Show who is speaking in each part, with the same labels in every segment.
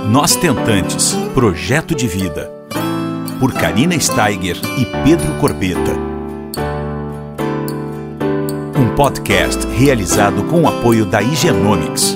Speaker 1: Nós Tentantes, Projeto de Vida, por Karina Steiger e Pedro Corbeta. Um podcast realizado com o apoio da Higienomics.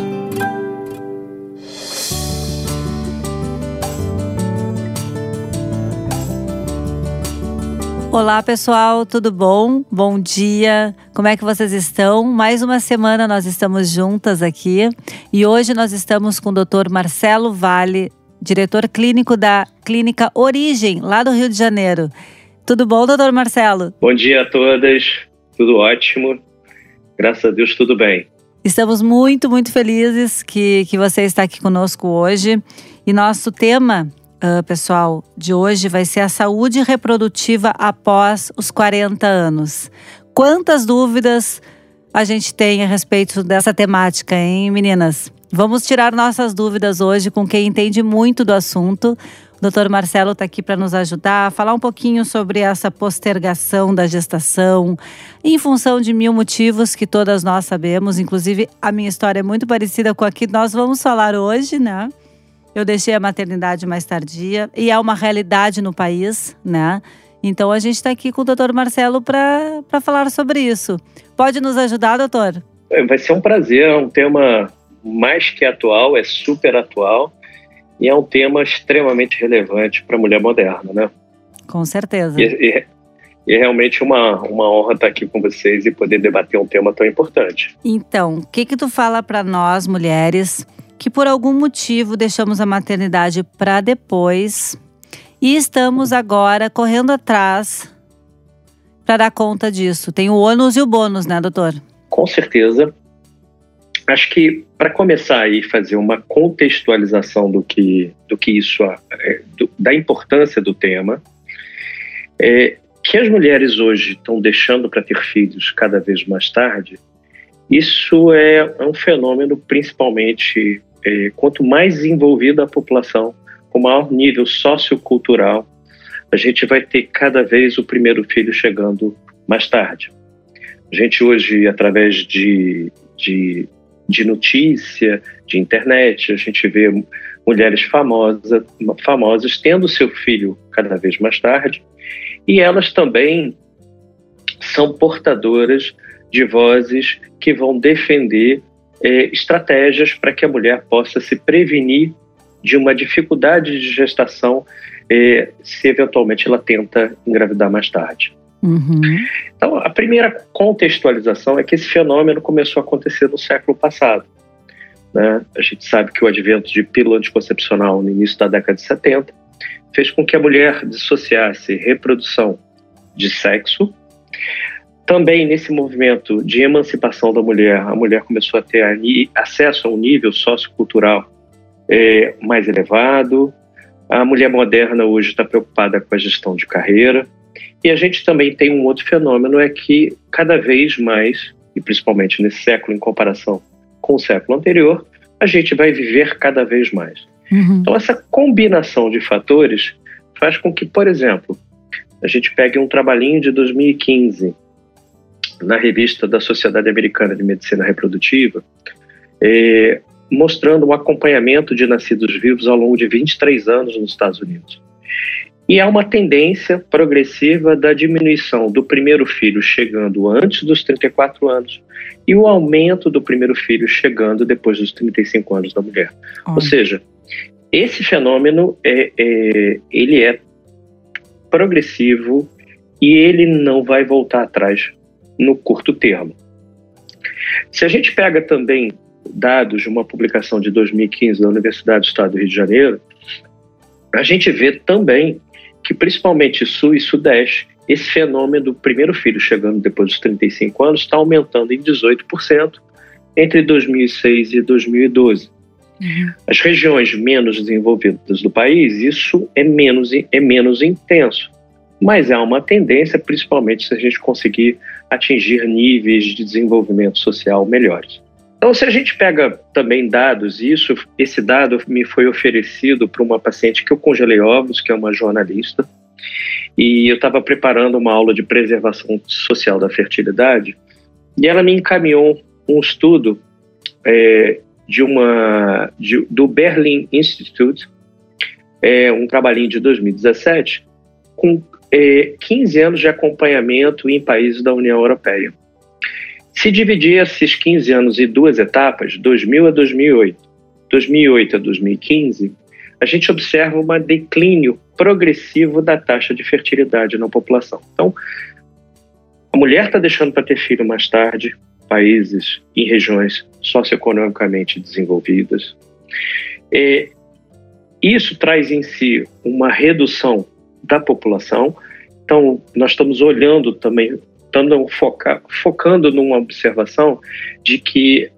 Speaker 2: Olá pessoal, tudo bom? Bom dia, como é que vocês estão? Mais uma semana nós estamos juntas aqui e hoje nós estamos com o Dr. Marcelo Vale, diretor clínico da Clínica Origem, lá do Rio de Janeiro. Tudo bom, doutor Marcelo?
Speaker 3: Bom dia a todas, tudo ótimo, graças a Deus tudo bem.
Speaker 2: Estamos muito felizes que você está aqui conosco hoje e nosso tema, pessoal, de hoje vai ser a saúde reprodutiva após os 40 anos. Quantas dúvidas a gente tem a respeito dessa temática, hein, meninas? Vamos tirar nossas dúvidas hoje com quem entende muito do assunto. O Dr. Marcelo está aqui para nos ajudar a falar um pouquinho sobre essa postergação da gestação, em função de 1000 motivos que todas nós sabemos. Inclusive, a minha história é muito parecida com a que nós vamos falar hoje, né? Eu deixei a maternidade mais tardia e é uma realidade no país, né? Então a gente está aqui com o doutor Marcelo para falar sobre isso. Pode nos ajudar, doutor?
Speaker 3: Vai ser um prazer, é um tema mais que atual, é super atual e é um tema extremamente relevante para a mulher moderna, né?
Speaker 2: Com certeza.
Speaker 3: E é realmente uma honra estar aqui com vocês e poder debater um tema tão importante.
Speaker 2: Então, o que tu fala para nós, mulheres, que por algum motivo deixamos a maternidade para depois e estamos agora correndo atrás para dar conta disso? Tem o ônus e o bônus, né, doutor?
Speaker 3: Com certeza. Acho que para começar aí fazer uma contextualização do que isso da importância do tema, que as mulheres hoje estão deixando para ter filhos cada vez mais tarde. Isso é um fenômeno principalmente quanto mais desenvolvida a população, com maior nível sociocultural, a gente vai ter cada vez o primeiro filho chegando mais tarde. A gente hoje, através de notícia, de internet, a gente vê mulheres famosas tendo seu filho cada vez mais tarde, e elas também são portadoras de vozes que vão defender estratégias para que a mulher possa se prevenir de uma dificuldade de gestação se eventualmente ela tenta engravidar mais tarde.
Speaker 2: Uhum.
Speaker 3: Então, a primeira contextualização é que esse fenômeno começou a acontecer no século passado, né? A gente sabe que o advento de pílula anticoncepcional no início da década de 70 fez com que a mulher dissociasse reprodução de sexo. Também nesse movimento de emancipação da mulher, a mulher começou a ter acesso a um nível sociocultural mais elevado. A mulher moderna hoje está preocupada com a gestão de carreira. E a gente também tem um outro fenômeno, é que cada vez mais, e principalmente nesse século em comparação com o século anterior, a gente vai viver cada vez mais.
Speaker 2: Uhum.
Speaker 3: Então essa combinação de fatores faz com que, por exemplo, a gente pegue um trabalhinho de 2015, na revista da Sociedade Americana de Medicina Reprodutiva, mostrando um acompanhamento de nascidos vivos ao longo de 23 anos nos Estados Unidos. E há uma tendência progressiva da diminuição do primeiro filho chegando antes dos 34 anos e o aumento do primeiro filho chegando depois dos 35 anos da mulher. Ou seja, esse fenômeno ele é progressivo e ele não vai voltar atrás no curto termo. Se a gente pega também dados de uma publicação de 2015 da Universidade do Estado do Rio de Janeiro, a gente vê também que principalmente Sul e Sudeste, esse fenômeno do primeiro filho chegando depois dos 35 anos está aumentando em 18% entre 2006 e 2012.
Speaker 2: Uhum.
Speaker 3: As regiões menos desenvolvidas do país, isso é menos intenso. Mas há uma tendência, principalmente se a gente conseguir atingir níveis de desenvolvimento social melhores. Então, se a gente pega também dados, esse dado me foi oferecido por uma paciente que eu congelei óvulos, que é uma jornalista, e eu estava preparando uma aula de preservação social da fertilidade, e ela me encaminhou um estudo do Berlin Institute, um trabalhinho de 2017, com 15 anos de acompanhamento em países da União Europeia. Se dividir esses 15 anos em duas etapas, 2000 a 2008, 2008 a 2015, a gente observa um declínio progressivo da taxa de fertilidade na população. Então, a mulher está deixando para ter filho mais tarde, países e regiões socioeconomicamente desenvolvidas. Isso traz em si uma redução da população. Então, nós estamos olhando também, focando numa observação de que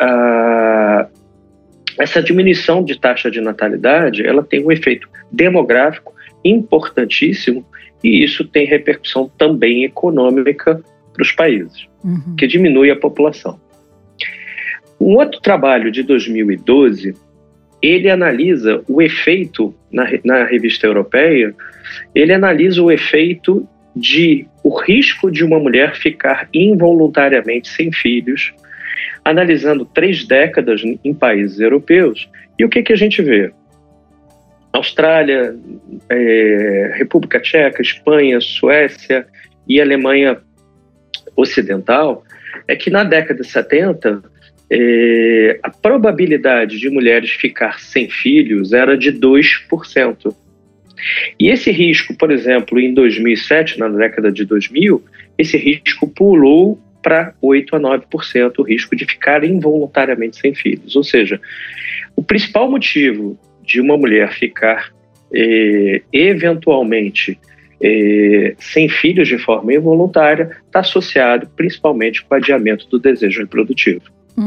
Speaker 3: essa diminuição de taxa de natalidade, ela tem um efeito demográfico importantíssimo, e isso tem repercussão também econômica para os países, que diminui a população. Um outro trabalho de 2012, ele analisa o efeito, na revista europeia, ele analisa o efeito o risco de uma mulher ficar involuntariamente sem filhos, analisando 3 décadas em países europeus. E o que a gente vê? Austrália, República Tcheca, Espanha, Suécia e Alemanha Ocidental, é que na década de 70, a probabilidade de mulheres ficar sem filhos era de 2%. E esse risco, por exemplo, em 2007, na década de 2000, esse risco pulou para 8% a 9%, o risco de ficar involuntariamente sem filhos. Ou seja, o principal motivo de uma mulher ficar eventualmente sem filhos de forma involuntária está associado principalmente com o adiamento do desejo reprodutivo.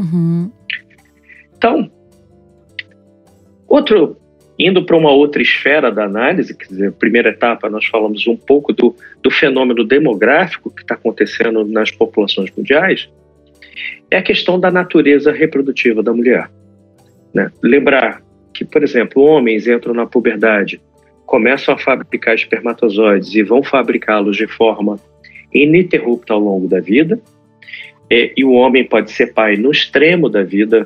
Speaker 3: Então, indo para uma outra esfera da análise, quer dizer, primeira etapa nós falamos um pouco do fenômeno demográfico que está acontecendo nas populações mundiais, é a questão da natureza reprodutiva da mulher, né? Lembrar que, por exemplo, homens entram na puberdade, começam a fabricar espermatozoides e vão fabricá-los de forma ininterrupta ao longo da vida, e o homem pode ser pai no extremo da vida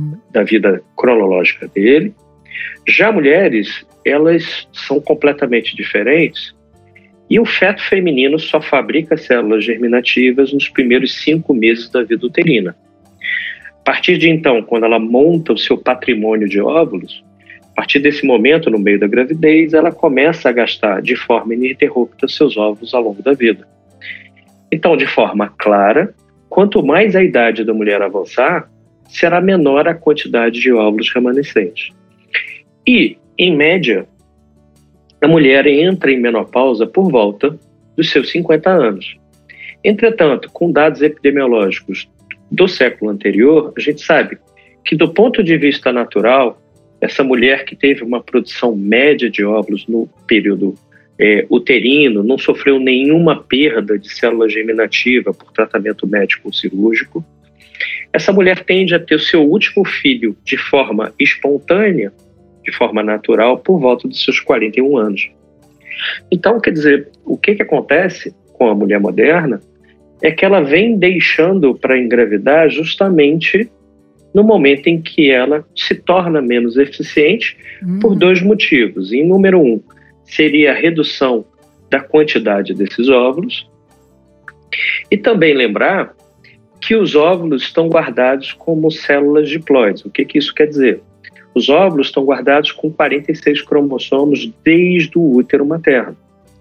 Speaker 3: cronológica dele. Já mulheres, elas são completamente diferentes, e o feto feminino só fabrica células germinativas nos primeiros 5 meses da vida uterina. A partir de então, quando ela monta o seu patrimônio de óvulos, a partir desse momento, no meio da gravidez, ela começa a gastar de forma ininterrupta seus óvulos ao longo da vida. Então, de forma clara, quanto mais a idade da mulher avançar, será menor a quantidade de óvulos remanescentes. E, em média, a mulher entra em menopausa por volta dos seus 50 anos. Entretanto, com dados epidemiológicos do século anterior, a gente sabe que, do ponto de vista natural, essa mulher que teve uma produção média de óvulos no período uterino, não sofreu nenhuma perda de célula germinativa por tratamento médico ou cirúrgico, essa mulher tende a ter o seu último filho de forma espontânea, de forma natural, por volta dos seus 41 anos. Então, quer dizer, o que acontece com a mulher moderna é que ela vem deixando para engravidar justamente no momento em que ela se torna menos eficiente por 2 motivos. Em número 1, seria a redução da quantidade desses óvulos, e também lembrar que os óvulos estão guardados como células diploides. O que isso quer dizer? Os óvulos estão guardados com 46 cromossomos desde o útero materno.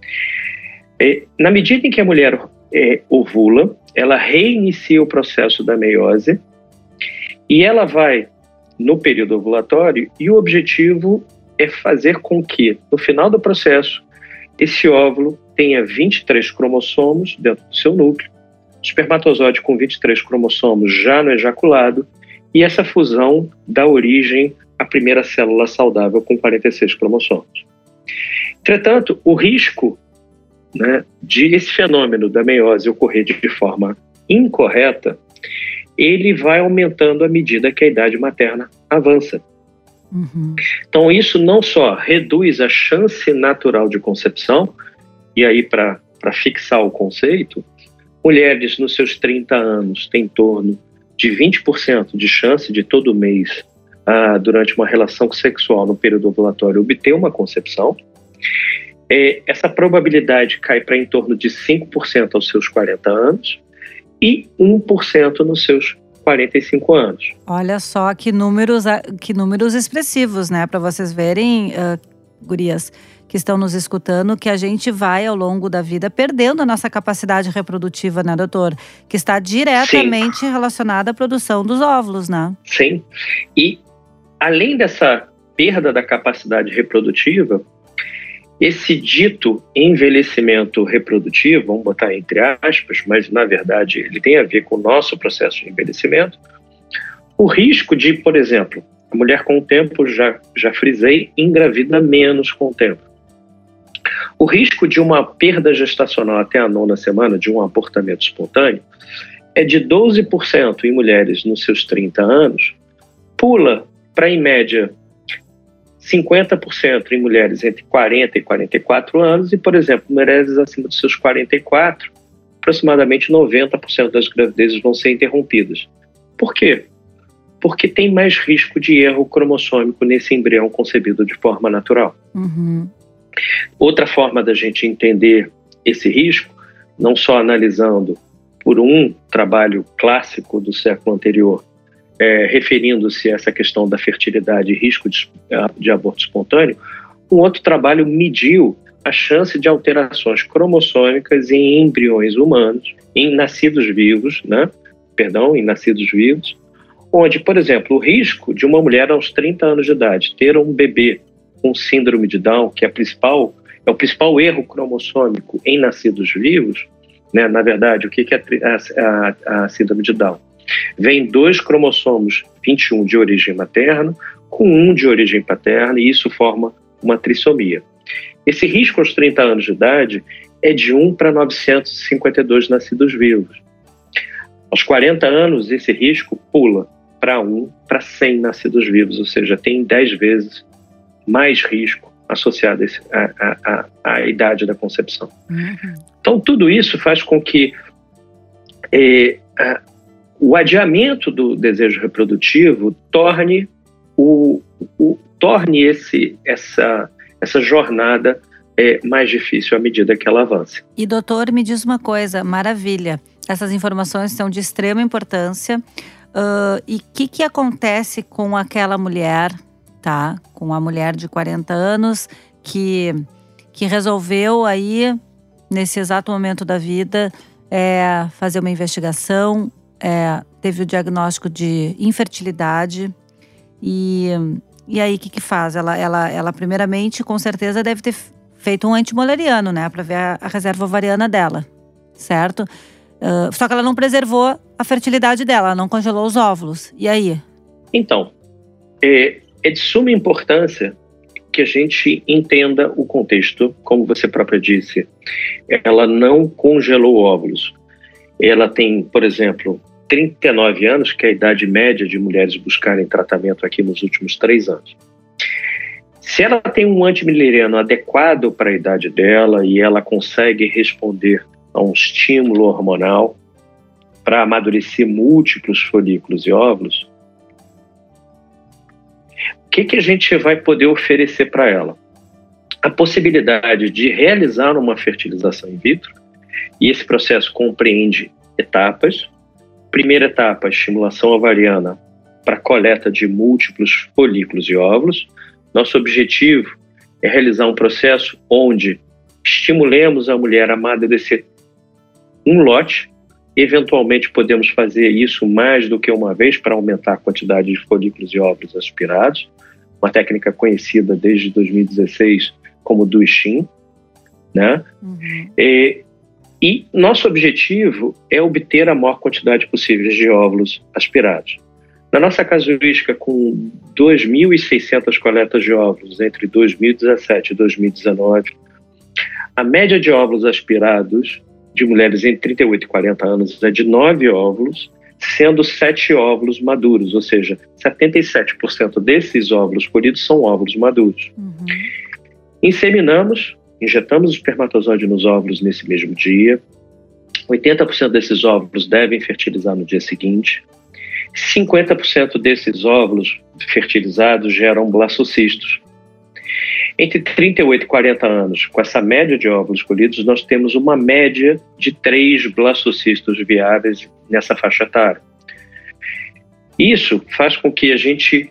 Speaker 3: Na medida em que a mulher ovula, ela reinicia o processo da meiose e ela vai no período ovulatório, e o objetivo é fazer com que, no final do processo, esse óvulo tenha 23 cromossomos dentro do seu núcleo, espermatozoide com 23 cromossomos já no ejaculado, e essa fusão dá origem à primeira célula saudável com 46 cromossomos. Entretanto, o risco, de esse fenômeno da meiose ocorrer de forma incorreta, ele vai aumentando à medida que a idade materna avança. Então, isso não só reduz a chance natural de concepção, e aí, para fixar o conceito, mulheres nos seus 30 anos têm em torno de 20% de chance de todo mês durante uma relação sexual no período ovulatório, obter uma concepção, essa probabilidade cai para em torno de 5% aos seus 40 anos e 1% nos seus 45 anos.
Speaker 2: Olha só que números expressivos, né? Para vocês verem, gurias que estão nos escutando, que a gente vai ao longo da vida perdendo a nossa capacidade reprodutiva, né, doutor? Que está diretamente relacionada à produção dos óvulos, né?
Speaker 3: Sim. E além dessa perda da capacidade reprodutiva, esse dito envelhecimento reprodutivo, vamos botar entre aspas, mas na verdade ele tem a ver com o nosso processo de envelhecimento, o risco de, por exemplo, a mulher com o tempo, já frisei, engravida menos com o tempo. O risco de uma perda gestacional até a 9ª semana, de um abortamento espontâneo, é de 12% em mulheres nos seus 30 anos, pula para, em média, 50% em mulheres entre 40 e 44 anos e, por exemplo, mulheres acima dos seus 44, aproximadamente 90% das gravidezes vão ser interrompidas. Por quê? Porque tem mais risco de erro cromossômico nesse embrião concebido de forma natural.
Speaker 2: Uhum.
Speaker 3: Outra forma da gente entender esse risco, não só analisando por um trabalho clássico do século anterior, referindo-se a essa questão da fertilidade e risco de aborto espontâneo, um outro trabalho mediu a chance de alterações cromossômicas em embriões humanos, em nascidos vivos, onde, por exemplo, o risco de uma mulher aos 30 anos de idade ter um bebê com síndrome de Down, que é o principal erro cromossômico em nascidos vivos, né? Na verdade, o que é a síndrome de Down? Vem 2 cromossomos 21 de origem materna com 1 de origem paterna, e isso forma uma trissomia. Esse risco aos 30 anos de idade é de 1 para 952 nascidos vivos. Aos 40 anos, esse risco pula para 1 para 100 nascidos vivos, ou seja, tem 10 vezes mais risco associado à idade da concepção.
Speaker 2: Uhum.
Speaker 3: Então, tudo isso faz com que o adiamento do desejo reprodutivo torne essa jornada mais difícil à medida que ela avança.
Speaker 2: E doutor, me diz uma coisa, maravilha. Essas informações são de extrema importância. E o que acontece com aquela mulher, tá? Com a mulher de 40 anos que resolveu aí, nesse exato momento da vida, fazer uma investigação, teve o diagnóstico de infertilidade e aí o que faz? Ela primeiramente, com certeza, deve ter feito um antimoleriano, né? Para ver a reserva ovariana dela, certo? Só que ela não preservou a fertilidade dela, ela não congelou os óvulos. E aí? Então,
Speaker 3: é de suma importância que a gente entenda o contexto. Como você própria disse, ela não congelou óvulos. Ela tem, por exemplo, 39 anos, que é a idade média de mulheres buscarem tratamento aqui nos últimos 3 anos. Se ela tem um antimileriano adequado para a idade dela e ela consegue responder a um estímulo hormonal para amadurecer múltiplos folículos e óvulos, o que a gente vai poder oferecer para ela? A possibilidade de realizar uma fertilização in vitro, e esse processo compreende etapas. Primeira etapa, a estimulação ovariana para coleta de múltiplos folículos e óvulos. Nosso objetivo é realizar um processo onde estimulemos a mulher a amadurecer um lote. Eventualmente podemos fazer isso mais do que uma vez para aumentar a quantidade de folículos e óvulos aspirados, uma técnica conhecida desde 2016 como do-stim, né? Uhum. E nosso objetivo é obter a maior quantidade possível de óvulos aspirados. Na nossa casuística, com 2.600 coletas de óvulos entre 2017 e 2019, a média de óvulos aspirados de mulheres entre 38 e 40 anos é de 9 óvulos, sendo 7 óvulos maduros, ou seja, 77% desses óvulos colhidos são óvulos maduros. Uhum. Inseminamos, injetamos o espermatozoide nos óvulos nesse mesmo dia. 80% desses óvulos devem fertilizar no dia seguinte. 50% desses óvulos fertilizados geram blastocistos. Entre 38 e 40 anos, com essa média de óvulos colhidos, nós temos uma média de 3 blastocistos viáveis nessa faixa etária. Isso faz com que a gente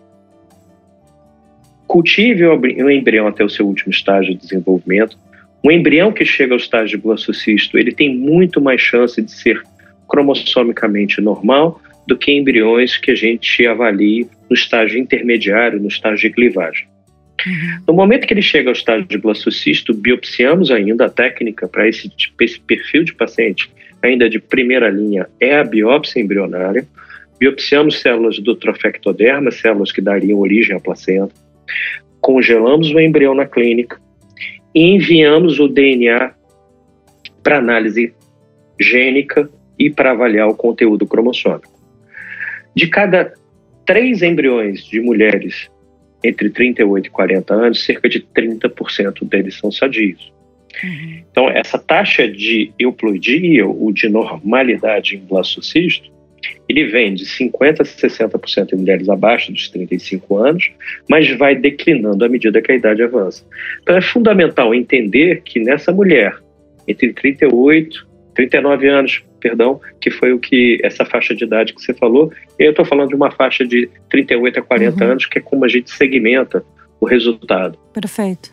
Speaker 3: cultive o embrião até o seu último estágio de desenvolvimento. Um embrião que chega ao estágio de blastocisto, ele tem muito mais chance de ser cromossomicamente normal do que embriões que a gente avalie no estágio intermediário, no estágio de clivagem. No momento que ele chega ao estágio de blastocisto, biopsiamos ainda. A técnica para esse perfil de paciente, ainda de primeira linha, é a biópsia embrionária. Biopsiamos células do trofectoderma, células que dariam origem à placenta. Congelamos o embrião na clínica e enviamos o DNA para análise gênica e para avaliar o conteúdo cromossômico. De cada 3 embriões de mulheres entre 38 e 40 anos, cerca de 30% deles são sadios. Então, essa taxa de euploidia, ou de normalidade em blastocisto, ele vem de 50% a 60% em mulheres abaixo dos 35 anos, mas vai declinando à medida que a idade avança. Então, é fundamental entender que nessa mulher, entre 39 anos, que foi essa faixa de idade que você falou, e eu estou falando de uma faixa de 38 a 40 anos, que é como a gente segmenta o resultado.
Speaker 2: Perfeito.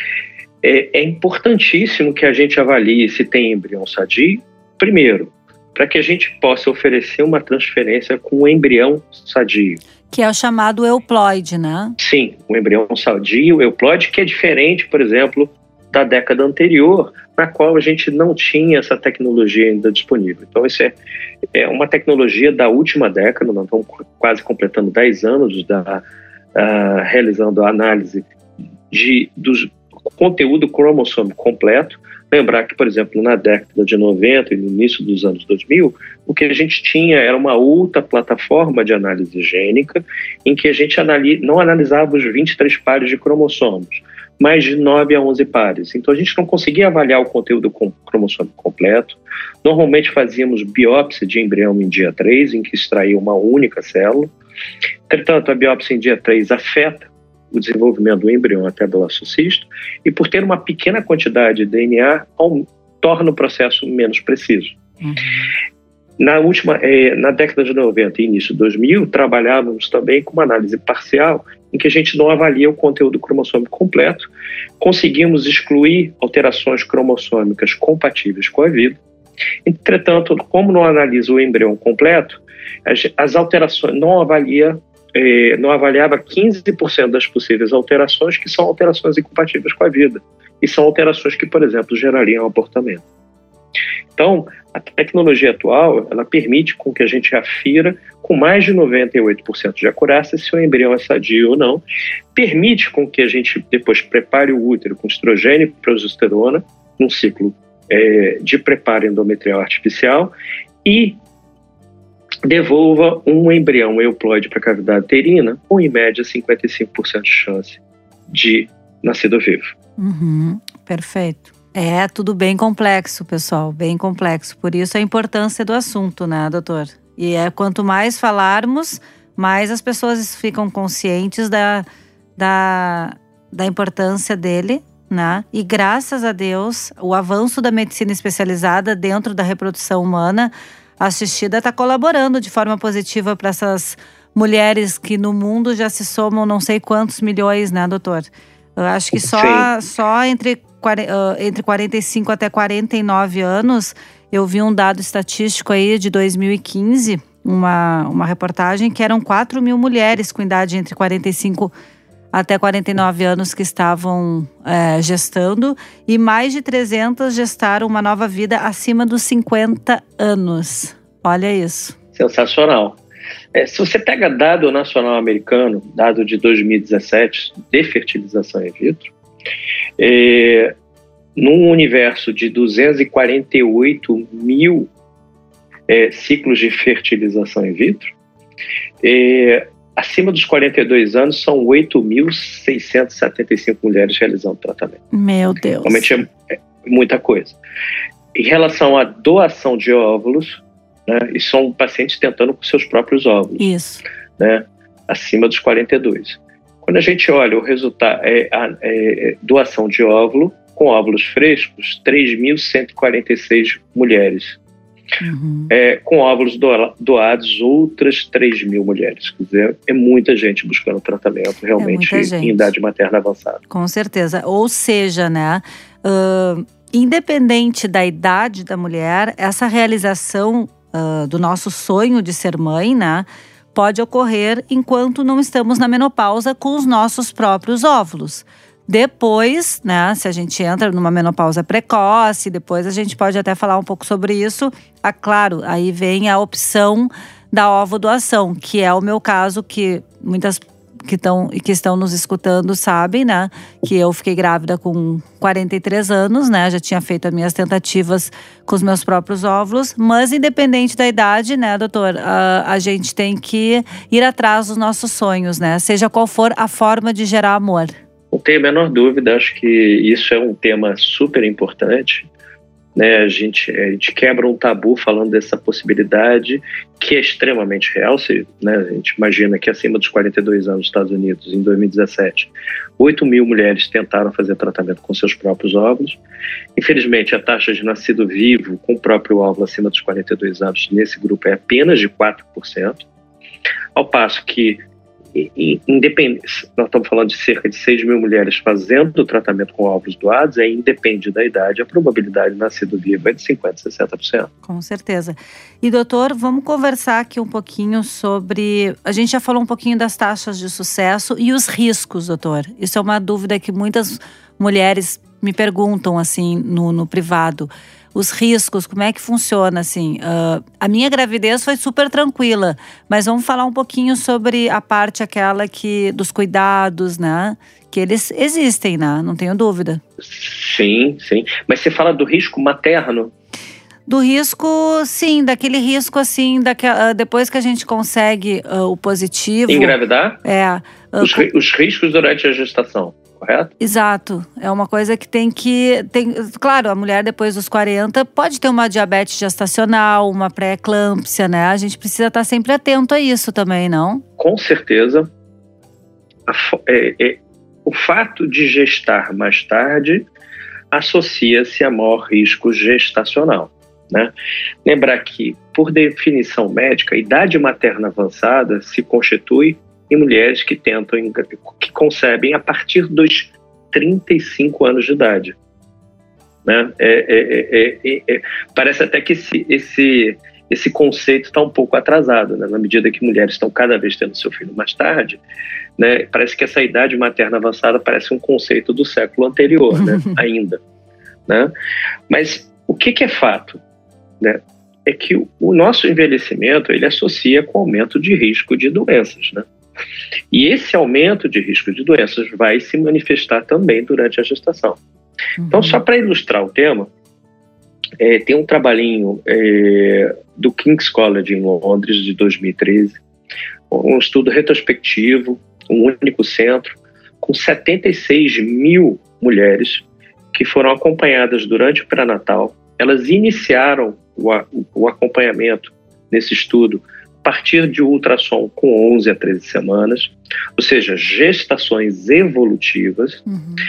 Speaker 3: É importantíssimo que a gente avalie se tem embrião sadio, primeiro, para que a gente possa oferecer uma transferência com o embrião sadio.
Speaker 2: Que é o chamado euploide, né?
Speaker 3: Sim, o embrião sadio, o euploide, que é diferente, por exemplo, da década anterior, na qual a gente não tinha essa tecnologia ainda disponível. Então, isso é uma tecnologia da última década. Nós estamos quase completando 10 anos realizando a análise do conteúdo cromossômico completo. Lembrar que, por exemplo, na década de 90 e no início dos anos 2000, o que a gente tinha era uma outra plataforma de análise gênica, em que a gente não analisava os 23 pares de cromossomos, mas de 9 a 11 pares. Então, a gente não conseguia avaliar o conteúdo cromossômico completo. Normalmente, fazíamos biópsia de embrião em dia 3, em que extraía uma única célula. Entretanto, a biópsia em dia 3 afeta o desenvolvimento do embrião até blastocisto, e por ter uma pequena quantidade de DNA, torna o processo menos preciso. Na década de 90 e início de 2000, trabalhávamos também com uma análise parcial, em que a gente não avalia o conteúdo cromossômico completo, conseguimos excluir alterações cromossômicas compatíveis com a vida. Entretanto, como não analisa o embrião completo, as alterações não avaliava 15% das possíveis alterações, que são alterações incompatíveis com a vida, e são alterações que, por exemplo, gerariam abortamento. Então, a tecnologia atual, ela permite com que a gente afira com mais de 98% de acurácia se o embrião é sadio ou não, permite com que a gente depois prepare o útero com estrogênio e progesterona, num ciclo de preparo endometrial artificial, e devolva um embrião euploide para a cavidade uterina, com em média 55% de chance de nascido vivo.
Speaker 2: Perfeito. É tudo bem complexo, pessoal, bem complexo. Por isso a importância do assunto, né, doutor? E quanto mais falarmos, mais as pessoas ficam conscientes da importância dele, né? E graças a Deus, o avanço da medicina especializada dentro da reprodução humana assistida está colaborando de forma positiva para essas mulheres que no mundo já se somam não sei quantos milhões, né, doutor? Eu acho que só entre 45 até 49 anos, eu vi um dado estatístico aí de 2015, uma reportagem que eram 4 mil mulheres com idade entre 45 até 49 anos que estavam gestando, e mais de 300 gestaram uma nova vida acima dos 50 anos. Olha isso.
Speaker 3: Sensacional. Se você pega dado nacional americano, dado de 2017, de fertilização in vitro, num universo de 248 mil ciclos de fertilização in vitro, acima dos 42 anos, são 8.675 mulheres realizando tratamento.
Speaker 2: Meu Deus.
Speaker 3: Realmente é muita coisa. Em relação à doação de óvulos, né? E são pacientes tentando com seus próprios óvulos.
Speaker 2: Isso.
Speaker 3: Né? Acima dos 42. Quando a gente olha o resultado, doação de óvulo, com óvulos frescos, 3.146 mulheres.
Speaker 2: Uhum.
Speaker 3: Com óvulos doados, outras 3.000 mulheres. Quer dizer, é muita gente buscando tratamento realmente em idade materna avançada.
Speaker 2: Com certeza. Ou seja, né, independente da idade da mulher, essa realização do nosso sonho de ser mãe, né, pode ocorrer enquanto não estamos na menopausa com os nossos próprios óvulos. Depois, né, se a gente entra numa menopausa precoce, depois a gente pode até falar um pouco sobre isso. Claro, aí vem a opção da ovodoação, que é o meu caso, que muitas que estão nos escutando sabem, né, que eu fiquei grávida com 43 anos, né, já tinha feito as minhas tentativas com os meus próprios óvulos, mas independente da idade, né, doutor, a gente tem que ir atrás dos nossos sonhos, né, seja qual for a forma de gerar amor.
Speaker 3: Não tenho a menor dúvida, acho que isso é um tema super importante, né? A gente quebra um tabu falando dessa possibilidade que é extremamente real, né? A gente imagina que acima dos 42 anos nos Estados Unidos, em 2017, 8.000 mulheres tentaram fazer tratamento com seus próprios óvulos. Infelizmente, a taxa de nascido vivo com o próprio óvulo acima dos 42 anos nesse grupo é apenas de 4%, ao passo que independente, nós estamos falando de cerca de 6.000 mulheres fazendo o tratamento com óvulos doados, independe da idade, a probabilidade de nascido vivo é de 50% a 60%.
Speaker 2: Com certeza. E doutor, vamos conversar aqui um pouquinho sobre, a gente já falou um pouquinho das taxas de sucesso e os riscos, doutor. Isso é uma dúvida que muitas mulheres me perguntam assim no privado. Os riscos, como é que funciona, assim? A minha gravidez foi super tranquila, mas vamos falar um pouquinho sobre a parte aquela dos cuidados, né? Que eles existem, né? Não tenho dúvida.
Speaker 3: Sim. Mas você fala do risco materno?
Speaker 2: Do risco, sim, daquele risco, assim, depois que a gente consegue o positivo.
Speaker 3: Engravidar? Os riscos durante a gestação. Correto?
Speaker 2: Exato. É uma coisa que tem. Claro, a mulher depois dos 40 pode ter uma diabetes gestacional, uma pré-eclâmpsia, né? A gente precisa estar sempre atento a isso também, não?
Speaker 3: Com certeza. O fato de gestar mais tarde associa-se a maior risco gestacional, né? Lembrar que, por definição médica, a idade materna avançada se constitui em mulheres que concebem a partir dos 35 anos de idade, né? Parece até que esse conceito está um pouco atrasado, né? Na medida que mulheres estão cada vez tendo seu filho mais tarde, né? Parece que essa idade materna avançada parece um conceito do século anterior, né? Ainda, né? Mas o que é fato, né? É que o nosso envelhecimento ele associa com aumento de risco de doenças, né? E esse aumento de risco de doenças vai se manifestar também durante a gestação. Então, só para ilustrar o tema, tem um trabalhinho do King's College em Londres, de 2013, um estudo retrospectivo, um único centro, com 76.000 mulheres que foram acompanhadas durante o pré-natal. Elas iniciaram o acompanhamento nesse estudo a partir de ultrassom com 11 a 13 semanas, ou seja, gestações evolutivas.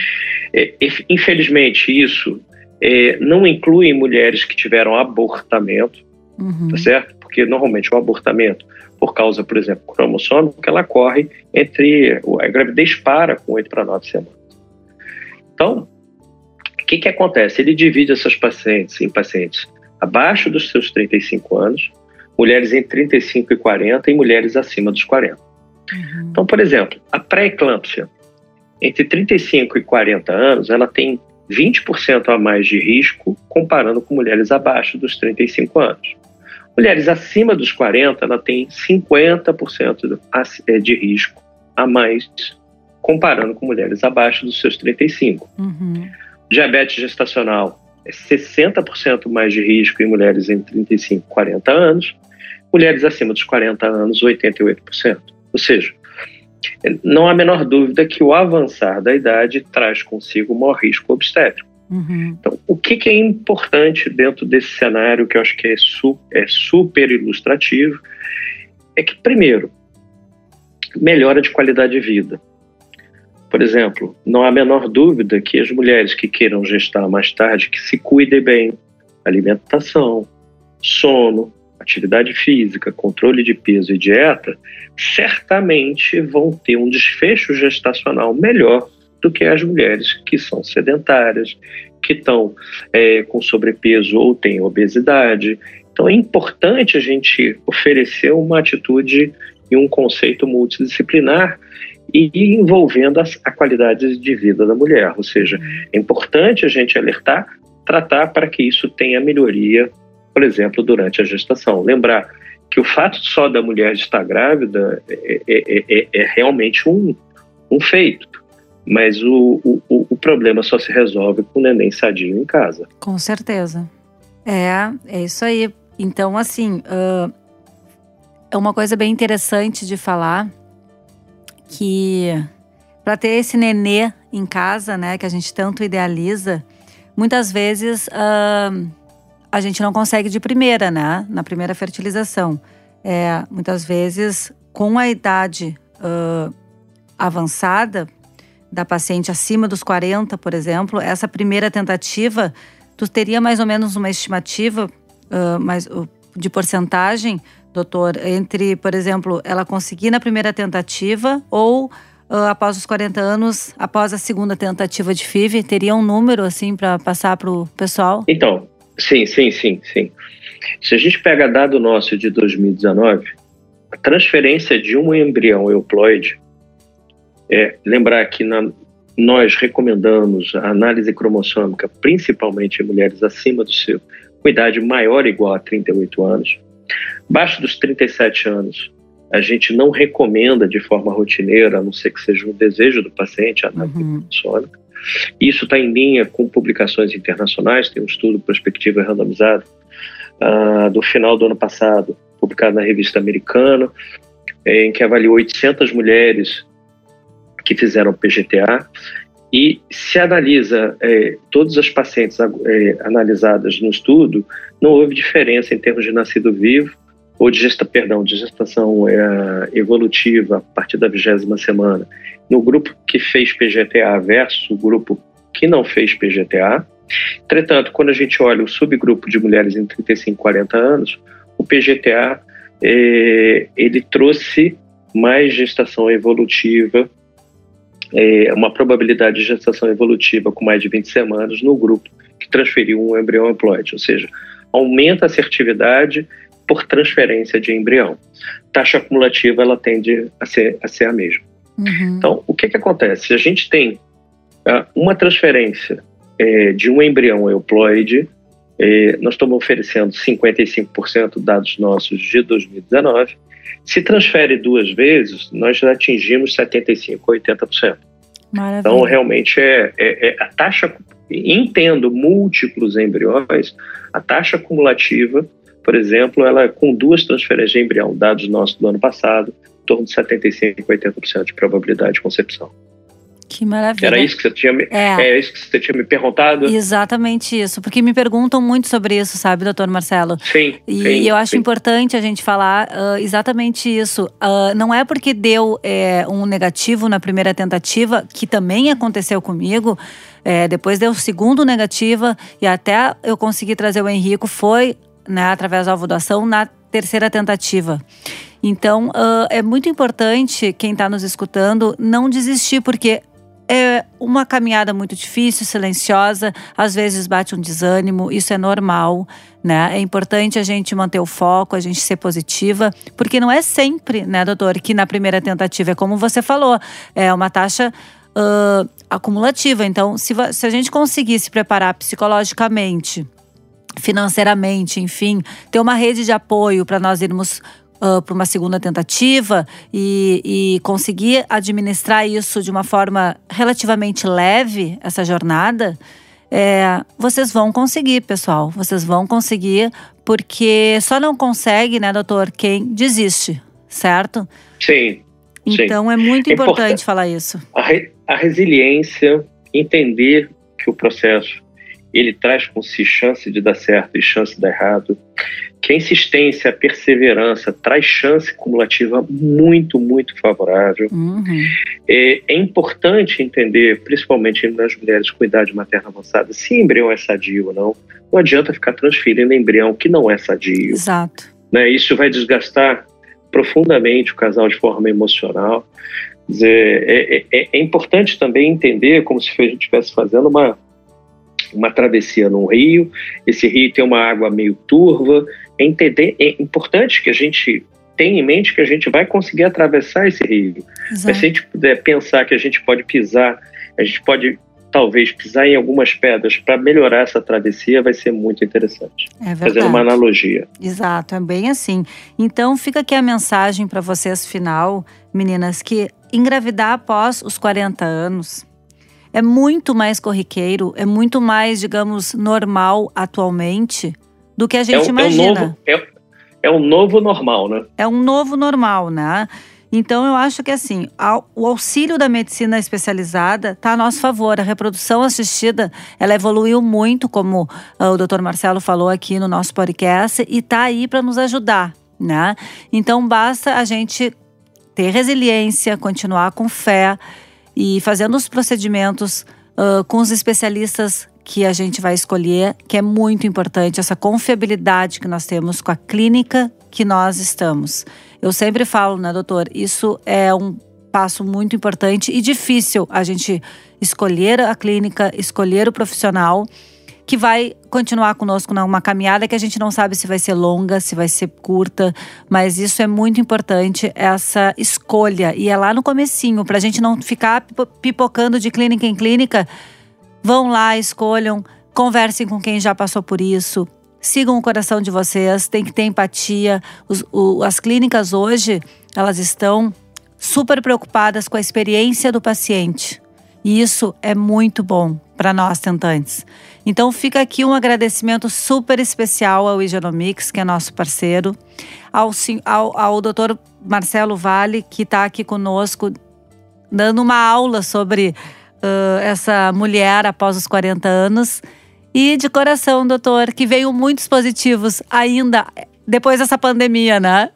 Speaker 3: Infelizmente, isso não inclui mulheres que tiveram abortamento, tá certo? Porque normalmente o abortamento, por causa, por exemplo, cromossômica, ela ocorre a gravidez para com 8 para 9 semanas. Então, o que acontece? Ele divide essas pacientes em pacientes abaixo dos seus 35 anos, mulheres entre 35 e 40 e mulheres acima dos 40. Então, por exemplo, a pré-eclâmpsia, entre 35 e 40 anos, ela tem 20% a mais de risco comparando com mulheres abaixo dos 35 anos. Mulheres acima dos 40, ela tem 50% de risco a mais comparando com mulheres abaixo dos seus 35. Diabetes gestacional é 60% mais de risco em mulheres entre 35 e 40 anos. Mulheres acima dos 40 anos, 88%. Ou seja, não há a menor dúvida que o avançar da idade traz consigo o maior risco obstétrico. Então, o que é importante dentro desse cenário, que eu acho que é super ilustrativo, é que, primeiro, melhora de qualidade de vida. Por exemplo, não há a menor dúvida que as mulheres que queiram gestar mais tarde, que se cuidem bem, alimentação, sono, atividade física, controle de peso e dieta, certamente vão ter um desfecho gestacional melhor do que as mulheres que são sedentárias, que estão com sobrepeso ou têm obesidade. Então é importante a gente oferecer uma atitude e um conceito multidisciplinar e envolvendo a qualidade de vida da mulher. Ou seja, é importante a gente alertar, tratar para que isso tenha melhoria, por exemplo, durante a gestação. Lembrar que o fato só da mulher estar grávida é realmente um feito. Mas o problema só se resolve com o neném sadio em casa.
Speaker 2: Com certeza. É isso aí. Então, assim, é uma coisa bem interessante de falar que para ter esse nenê em casa, né, que a gente tanto idealiza, muitas vezes a gente não consegue de primeira, né, na primeira fertilização. Muitas vezes, com a idade avançada, da paciente acima dos 40, por exemplo, essa primeira tentativa, tu teria mais ou menos uma estimativa de porcentagem, doutor, entre, por exemplo, ela conseguir na primeira tentativa ou após os 40 anos, após a segunda tentativa de FIV, teria um número assim para passar para o pessoal?
Speaker 3: Então, sim. Se a gente pega dado nosso de 2019, a transferência de um embrião euploide, lembrar que nós recomendamos a análise cromossômica, principalmente em mulheres acima do seu, com idade maior ou igual a 38 anos. Abaixo dos 37 anos, a gente não recomenda de forma rotineira, a não ser que seja um desejo do paciente, a análise cromossômica. Isso está em linha com publicações internacionais. Tem um estudo prospectivo randomizado do final do ano passado, publicado na revista americana, em que avaliou 800 mulheres que fizeram PGTA, e se analisa todas as pacientes analisadas no estudo, não houve diferença em termos de nascido vivo ou de gestação evolutiva a partir da 20ª semana no grupo que fez PGTA versus o grupo que não fez PGTA. Entretanto, quando a gente olha o subgrupo de mulheres em 35 e 40 anos, o PGTA ele trouxe mais gestação evolutiva, uma probabilidade de gestação evolutiva com mais de 20 semanas no grupo que transferiu um embrião euploide, ou seja, aumenta a assertividade por transferência de embrião. Taxa acumulativa ela tende a ser a mesma. Então, o que acontece? Se a gente tem uma transferência de um embrião euploide, nós estamos oferecendo 55% dados nossos de 2019. Se transfere 2 vezes, nós já atingimos 75% a 80%. Maravilha. Então, realmente, a taxa, entendo múltiplos embriões, a taxa acumulativa, por exemplo, ela com 2 transferências de embrião, dados nossos do ano passado, em torno de 75% a 80% de probabilidade de concepção.
Speaker 2: Que maravilha.
Speaker 3: Era isso que você tinha isso que você tinha me perguntado?
Speaker 2: Exatamente isso, porque me perguntam muito sobre isso, sabe, doutor Marcelo?
Speaker 3: Sim.
Speaker 2: Eu acho importante a gente falar exatamente isso. Não é porque deu um negativo na primeira tentativa, que também aconteceu comigo, depois deu segundo negativa e até eu conseguir trazer o Henrico, foi, né, através da ovodoação, na terceira tentativa. Então, é muito importante, quem está nos escutando, não desistir, porque é uma caminhada muito difícil, silenciosa, às vezes bate um desânimo, isso é normal, né? É importante a gente manter o foco, a gente ser positiva, porque não é sempre, né, doutor, que na primeira tentativa, é como você falou, é uma taxa acumulativa. Então, se a gente conseguir se preparar psicologicamente, financeiramente, enfim, ter uma rede de apoio para nós irmos para uma segunda tentativa e conseguir administrar isso de uma forma relativamente leve, essa jornada, vocês vão conseguir, pessoal. Vocês vão conseguir, porque só não consegue, né, doutor, quem desiste, certo?
Speaker 3: Sim.
Speaker 2: Então é muito importante falar isso.
Speaker 3: A resiliência, entender que o processo ele traz com si chance de dar certo e chance de dar errado, que a insistência, a perseverança traz chance cumulativa muito, muito favorável. É importante entender, principalmente nas mulheres com idade materna avançada, se embrião é sadio ou não. Não adianta ficar transferindo embrião que não é sadio.
Speaker 2: Exato.
Speaker 3: Né? Isso vai desgastar profundamente o casal de forma emocional. Quer dizer, é importante também entender como se a gente estivesse fazendo uma travessia num rio. Esse rio tem uma água meio turva. É importante que a gente tenha em mente que a gente vai conseguir atravessar esse rio. Mas se a gente puder pensar que a gente pode pisar, a gente pode talvez pisar em algumas pedras para melhorar essa travessia, vai ser muito interessante.
Speaker 2: É verdade.
Speaker 3: Fazendo uma analogia.
Speaker 2: Exato, é bem assim. Então fica aqui a mensagem para vocês final, meninas, que engravidar após os 40 anos é muito mais corriqueiro, é muito mais, digamos, normal atualmente do que a gente imagina.
Speaker 3: É um novo normal, né?
Speaker 2: É um novo normal, né? Então, eu acho que assim, o auxílio da medicina especializada está a nosso favor. A reprodução assistida, ela evoluiu muito, como o Dr. Marcelo falou aqui no nosso podcast, e está aí para nos ajudar, né? Então, basta a gente ter resiliência, continuar com fé e fazendo os procedimentos com os especialistas que a gente vai escolher, que é muito importante, essa confiabilidade que nós temos com a clínica que nós estamos. Eu sempre falo, né, doutor, isso é um passo muito importante e difícil, a gente escolher a clínica, escolher o profissional que vai continuar conosco numa caminhada que a gente não sabe se vai ser longa, se vai ser curta, mas isso é muito importante, essa escolha. E é lá no comecinho, pra gente não ficar pipocando de clínica em clínica. Vão lá, escolham, conversem com quem já passou por isso, sigam o coração de vocês, tem que ter empatia. As clínicas hoje, elas estão super preocupadas com a experiência do paciente. E isso é muito bom para nós tentantes. Então fica aqui um agradecimento super especial ao Igenomix, que é nosso parceiro, ao Dr. Marcelo Vale, que está aqui conosco, dando uma aula sobre essa mulher após os 40 anos. E de coração, doutor, que veio muitos positivos ainda depois dessa pandemia, né?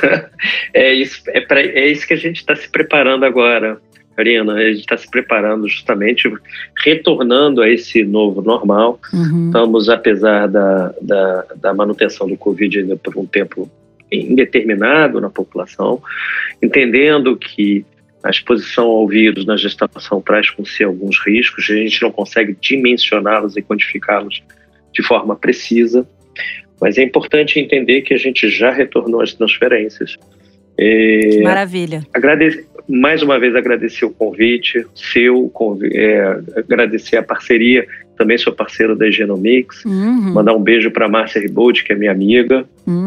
Speaker 3: É isso que a gente está se preparando agora, Karina. A gente está se preparando justamente, retornando a esse novo normal. Estamos, apesar da manutenção do Covid ainda por um tempo indeterminado na população, entendendo que a exposição ao vírus na gestação traz com si alguns riscos, a gente não consegue dimensioná-los e quantificá-los de forma precisa, mas é importante entender que a gente já retornou às transferências.
Speaker 2: Maravilha.
Speaker 3: Mais uma vez agradecer o convite, agradecer a parceria, também sou parceiro da Igenomix, mandar um beijo para a Márcia Ribold, que é minha amiga.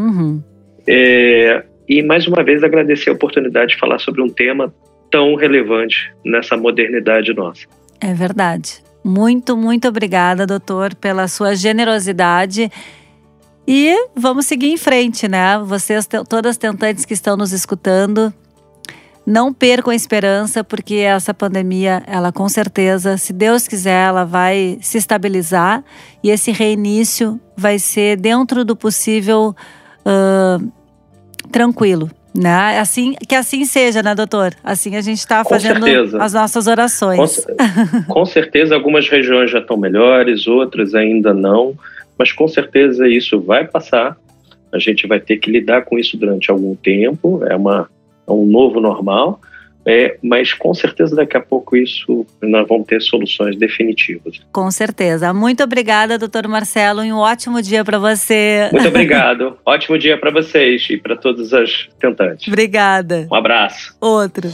Speaker 3: E mais uma vez agradecer a oportunidade de falar sobre um tema tão relevante nessa modernidade nossa. É
Speaker 2: verdade. Muito, muito obrigada, doutor, pela sua generosidade. E vamos seguir em frente, né? Vocês, todas as tentantes que estão nos escutando, não percam a esperança, porque essa pandemia, ela com certeza, se Deus quiser, ela vai se estabilizar e esse reinício vai ser dentro do possível tranquilo. Né? Que assim seja, né, doutor? Assim a gente está fazendo as nossas orações.
Speaker 3: Com certeza, algumas regiões já estão melhores, outras ainda não, mas com certeza isso vai passar. A gente vai ter que lidar com isso durante algum tempo, é um novo normal, mas com certeza daqui a pouco nós vamos ter soluções definitivas.
Speaker 2: Com certeza. Muito obrigada, doutor Marcelo, e um ótimo dia para você.
Speaker 3: Muito obrigado. Ótimo dia para vocês e para todas as tentantes.
Speaker 2: Obrigada.
Speaker 3: Um abraço.
Speaker 2: Outro.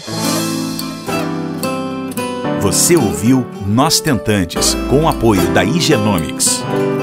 Speaker 1: Você ouviu Nós Tentantes, com o apoio da Igenomix.